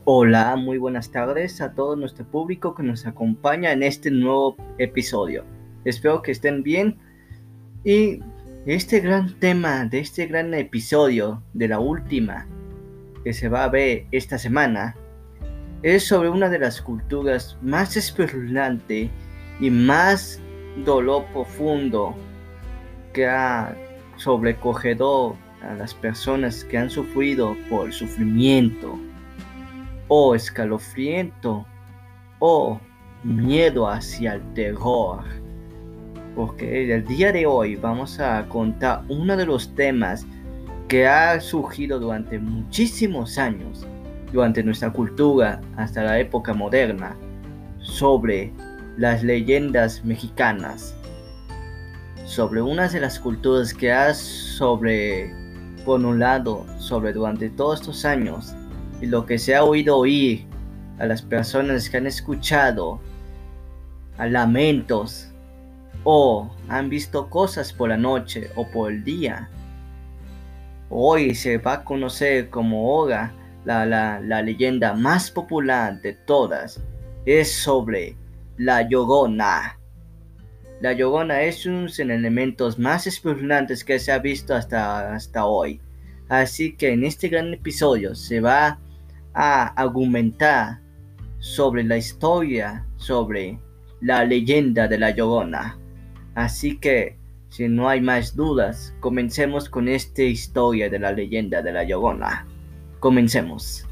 Hola, muy buenas tardes a todo nuestro público que nos acompaña en este nuevo episodio. Espero que estén bien y este gran tema de este gran episodio de la última que se va a ver esta semana es sobre una de las culturas más espeluznante y más dolor profundo que ha sobrecogido a las personas que han sufrido por el sufrimiento o escalofriento o miedo hacia el terror. Porque el día de hoy vamos a contar uno de los temas que ha surgido durante muchísimos años, durante nuestra cultura hasta la época moderna, sobre las leyendas mexicanas, sobre una de las culturas que ha por un lado, sobre durante todos estos años, y lo que se ha oído oír a las personas que han escuchado a lamentos o han visto cosas por la noche o por el día. Hoy se va a conocer como ahora la leyenda más popular de todas. Es sobre la Llorona. La Llorona es uno de los elementos más espeluznantes que se ha visto hasta hoy. Así que en este gran episodio se va a argumentar sobre la historia, sobre la leyenda de la Llorona. Así que, si no hay más dudas, comencemos con esta historia de la leyenda de la Llorona. Comencemos.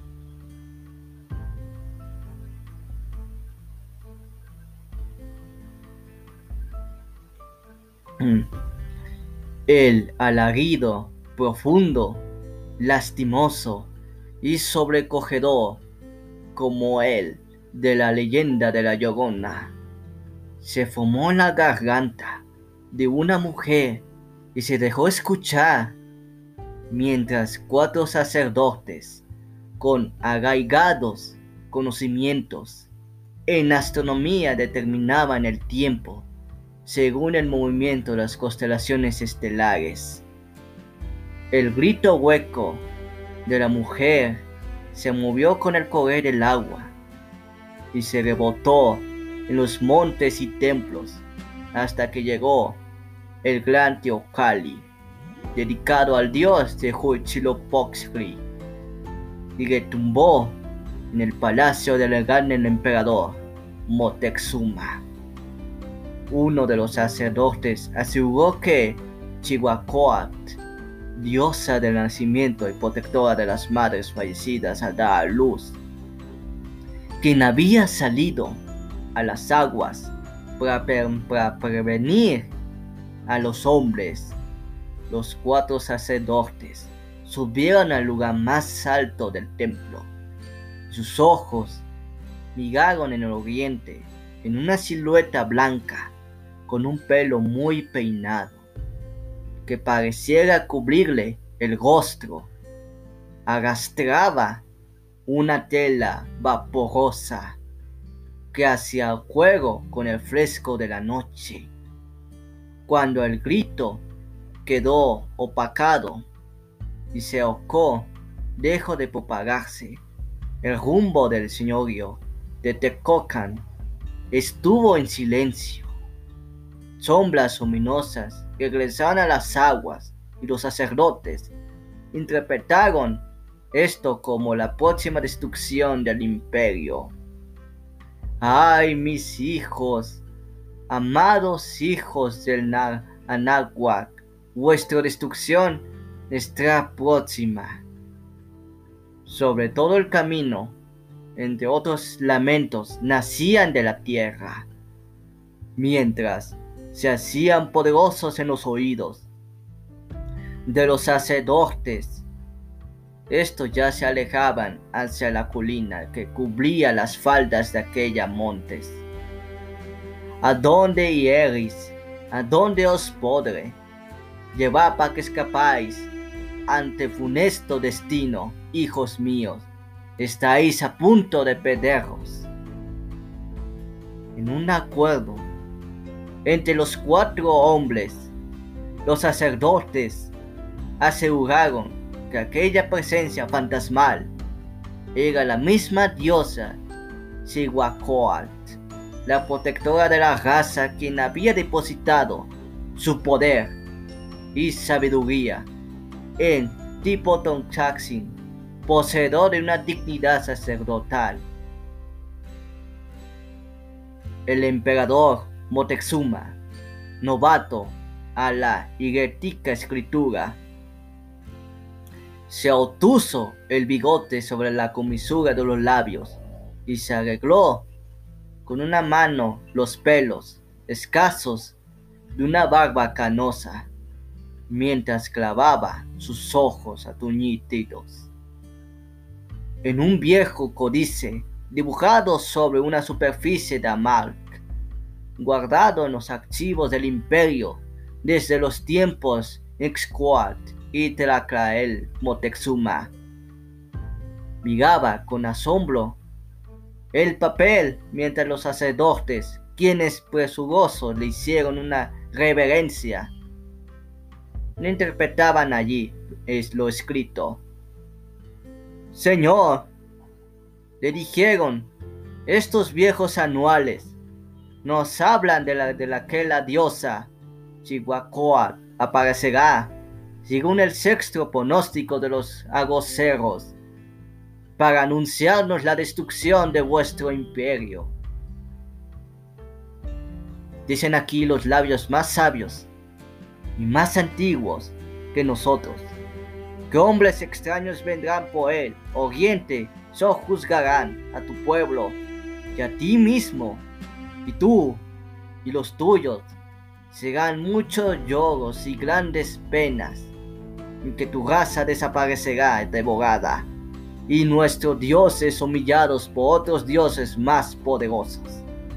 El alarido profundo, lastimoso y sobrecogedor como el de la leyenda de la Llorona se formó en la garganta de una mujer y se dejó escuchar mientras cuatro sacerdotes con arraigados conocimientos en astronomía determinaban el tiempo según el movimiento de las constelaciones estelares. El grito hueco de la mujer se movió con el correr del agua y se rebotó en los montes y templos hasta que llegó el gran Teocalli, dedicado al dios de Huitzilopochtli, y retumbó en el palacio del gran emperador Moctezuma. Uno de los sacerdotes aseguró que Chihuahuac, diosa del nacimiento y protectora de las madres fallecidas al dar a luz, quien había salido a las aguas para prevenir a los hombres. Los cuatro sacerdotes subieron al lugar más alto del templo. Sus ojos miraron en el oriente, en una silueta blanca, con un pelo muy peinado, que pareciera cubrirle el rostro. Arrastraba una tela vaporosa que hacía juego con el fresco de la noche. Cuando el grito quedó opacado y se ahogó, dejó de propagarse. El rumbo del señorío de Tecocan estuvo en silencio. Sombras luminosas regresaron a las aguas y los sacerdotes interpretaron esto como la próxima destrucción del imperio. ¡Ay, mis hijos! Amados hijos del Anáhuac, vuestra destrucción está próxima. Sobre todo el camino, entre otros lamentos, nacían de la tierra, mientras se hacían poderosos en los oídos de los sacerdotes. Estos ya se alejaban hacia la colina que cubría las faldas de aquellos montes. ¿A dónde iréis? ¿A dónde os podré llevar para que escapáis ante funesto destino, hijos míos? Estáis a punto de perderos. En un acuerdo entre los cuatro hombres, los sacerdotes aseguraron que aquella presencia fantasmal era la misma diosa Cihuacóatl, la protectora de la raza, quien había depositado su poder y sabiduría en Tipotonchacsin, poseedor de una dignidad sacerdotal. El emperador Moctezuma, novato a la hierática escritura, se obtuso el bigote sobre la comisura de los labios y se arregló con una mano los pelos escasos de una barba canosa, mientras clavaba sus ojos atuñidos en un viejo códice dibujado sobre una superficie de amalc, guardado en los archivos del imperio desde los tiempos Ixcoatl y Tlacael Moctezuma. Miraba con asombro el papel mientras los sacerdotes, quienes presurosos le hicieron una reverencia, le interpretaban allí lo escrito. Señor, le dijeron, estos viejos anuales nos hablan de la que la diosa Cihuacóatl aparecerá, según el sexto pronóstico de los agoceros, para anunciarnos la destrucción de vuestro imperio. Dicen aquí los labios más sabios y más antiguos que nosotros, que hombres extraños vendrán por el oriente, sojuzgarán a tu pueblo y a ti mismo, y tú y los tuyos serán muchos lloros y grandes penas, en que tu raza desaparecerá devorada, y nuestros dioses humillados por otros dioses más poderosos.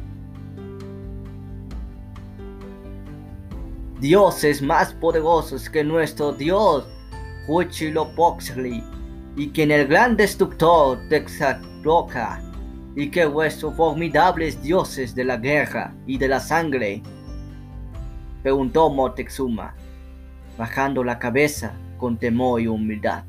Dioses más poderosos que nuestro dios Huitzilopochtli, y que en el gran destructor Texcatloca, y que vuestros formidables dioses de la guerra y de la sangre, preguntó Moctezuma, bajando la cabeza con temor y humildad.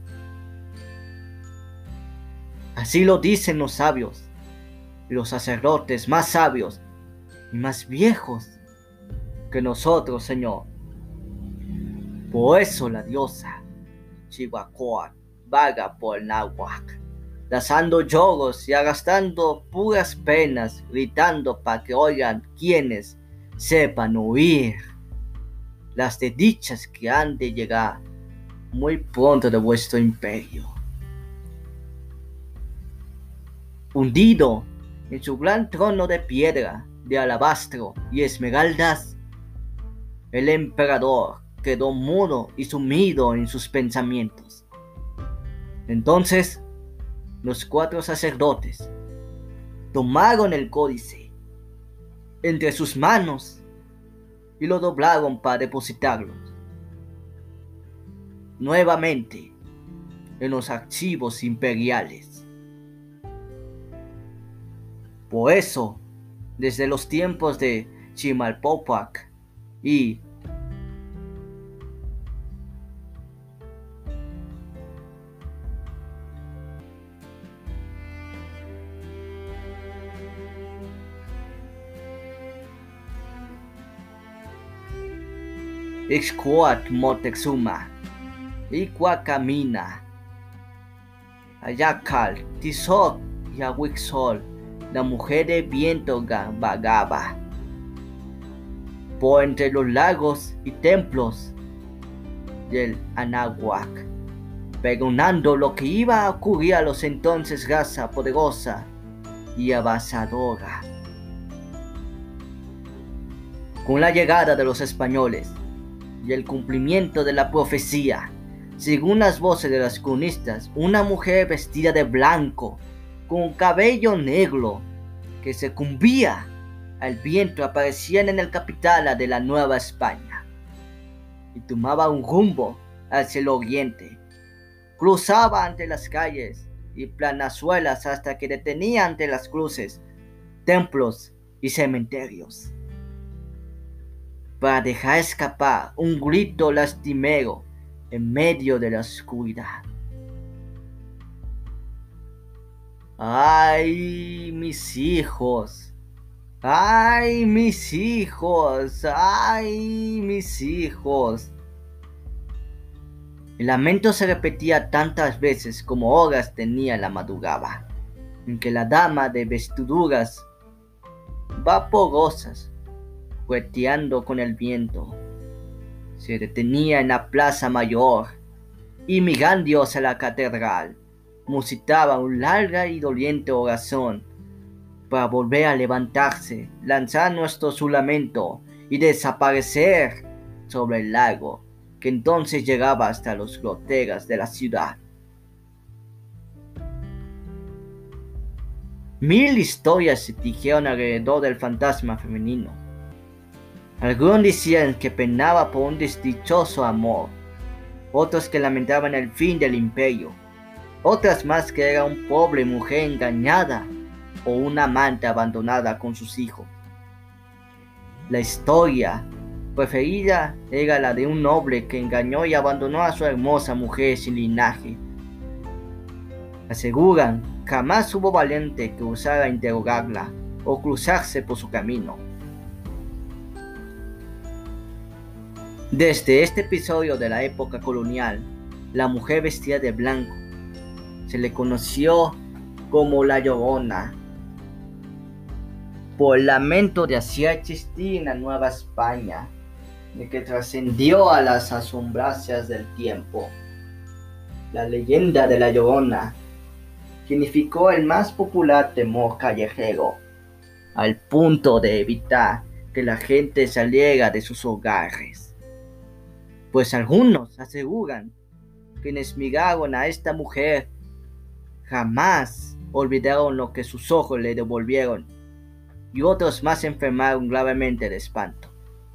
Así lo dicen los sabios, y los sacerdotes más sabios y más viejos que nosotros, Señor. Por eso la diosa Cihuacóatl vaga por el náhuatl, lanzando lloros y arrastrando puras penas, gritando para que oigan quienes sepan oír las desdichas que han de llegar muy pronto de vuestro imperio. Hundido en su gran trono de piedra, de alabastro y esmeraldas, el emperador quedó mudo y sumido en sus pensamientos. Entonces, los 4 sacerdotes tomaron el códice entre sus manos y lo doblaron para depositarlo nuevamente en los archivos imperiales. Por eso, desde los tiempos de Chimalpopoc y Ixcoatl Moctezuma, Icuacamina, Ayacal, Tizoc y Ahuixol, la mujer de viento vagaba por entre los lagos y templos del Anáhuac, pregonando lo que iba a ocurrir a los entonces raza poderosa y avasalladora. Con la llegada de los españoles y el cumplimiento de la profecía, según las voces de los cronistas, una mujer vestida de blanco, con cabello negro, que sucumbía al viento, aparecía en el capital de la Nueva España y tomaba un rumbo hacia el oriente. Cruzaba ante las calles y planazuelas hasta que detenía ante las cruces, templos y cementerios, para dejar escapar un grito lastimero en medio de la oscuridad. ¡Ay, mis hijos! ¡Ay, mis hijos! ¡Ay, mis hijos! El lamento se repetía tantas veces como horas tenía la madrugada, en que la dama de vestiduras vaporosas, jugueteando con el viento, se detenía en la plaza mayor y mirando hacia la catedral, musitaba una larga y doliente oración para volver a levantarse, lanzar nuestro su lamento y desaparecer sobre el lago, que entonces llegaba hasta las fronteras de la ciudad. Mil historias se tejieron alrededor del fantasma femenino. Algunos decían que penaba por un desdichoso amor, otros que lamentaban el fin del imperio, otras más que era una pobre mujer engañada o una amante abandonada con sus hijos. La historia preferida era la de un noble que engañó y abandonó a su hermosa mujer sin linaje. Aseguran, jamás hubo valiente que osara interrogarla o cruzarse por su camino. Desde este episodio de la época colonial, la mujer vestida de blanco se le conoció como la Llorona, por el lamento de hacía existir en la Nueva España, de que trascendió a las asombrancias del tiempo. La leyenda de la Llorona significó el más popular temor callejero, al punto de evitar que la gente saliera de sus hogares. Pues algunos aseguran que quienes miraron a esta mujer jamás olvidaron lo que sus ojos le devolvieron, y otros más se enfermaron gravemente de espanto.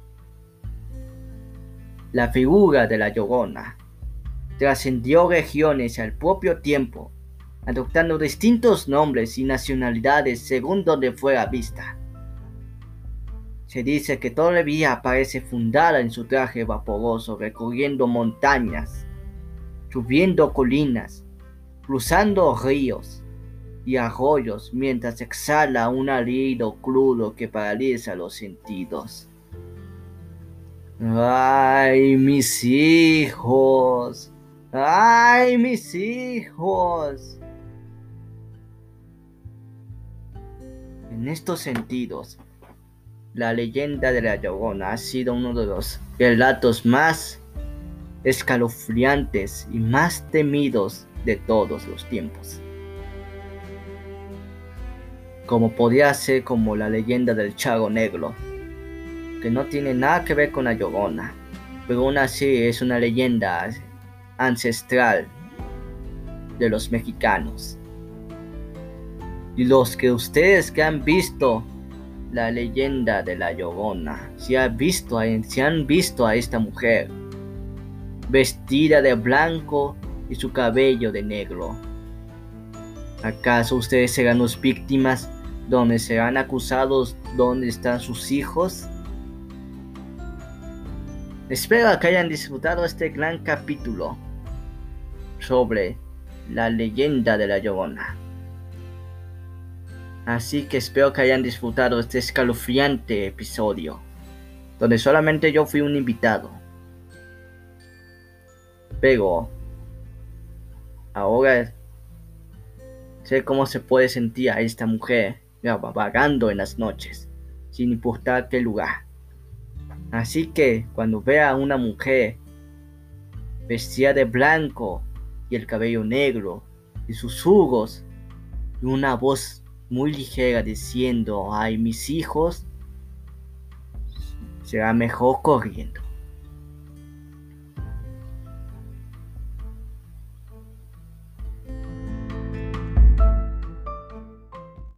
La figura de la Llorona trascendió regiones al propio tiempo, adoptando distintos nombres y nacionalidades según donde fuera vista. Se dice que todavía aparece fundada en su traje vaporoso, recorriendo montañas, subiendo colinas, cruzando ríos y arroyos, mientras exhala un aliento crudo que paraliza los sentidos. ¡Ay, mis hijos! ¡Ay, mis hijos! En estos sentidos, la leyenda de la Llorona ha sido uno de los relatos más escalofriantes y más temidos de todos los tiempos. Como podría ser como la leyenda del Charro Negro, que no tiene nada que ver con la Llorona, pero aún así es una leyenda ancestral de los mexicanos. Y los que ustedes que han visto la leyenda de la Llorona, si han visto a esta mujer vestida de blanco y su cabello de negro, ¿acaso ustedes serán las víctimas donde serán acusados donde están sus hijos? Espero que hayan disfrutado este gran capítulo sobre la leyenda de la Llorona. Así que espero que hayan disfrutado este escalofriante episodio, donde solamente yo fui un invitado. Pero ahora sé cómo se puede sentir a esta mujer vagando en las noches, sin importar qué lugar. Así que cuando vea a una mujer vestida de blanco y el cabello negro y susurros y una voz muy ligera diciendo "ay, mis hijos", será mejor corriendo.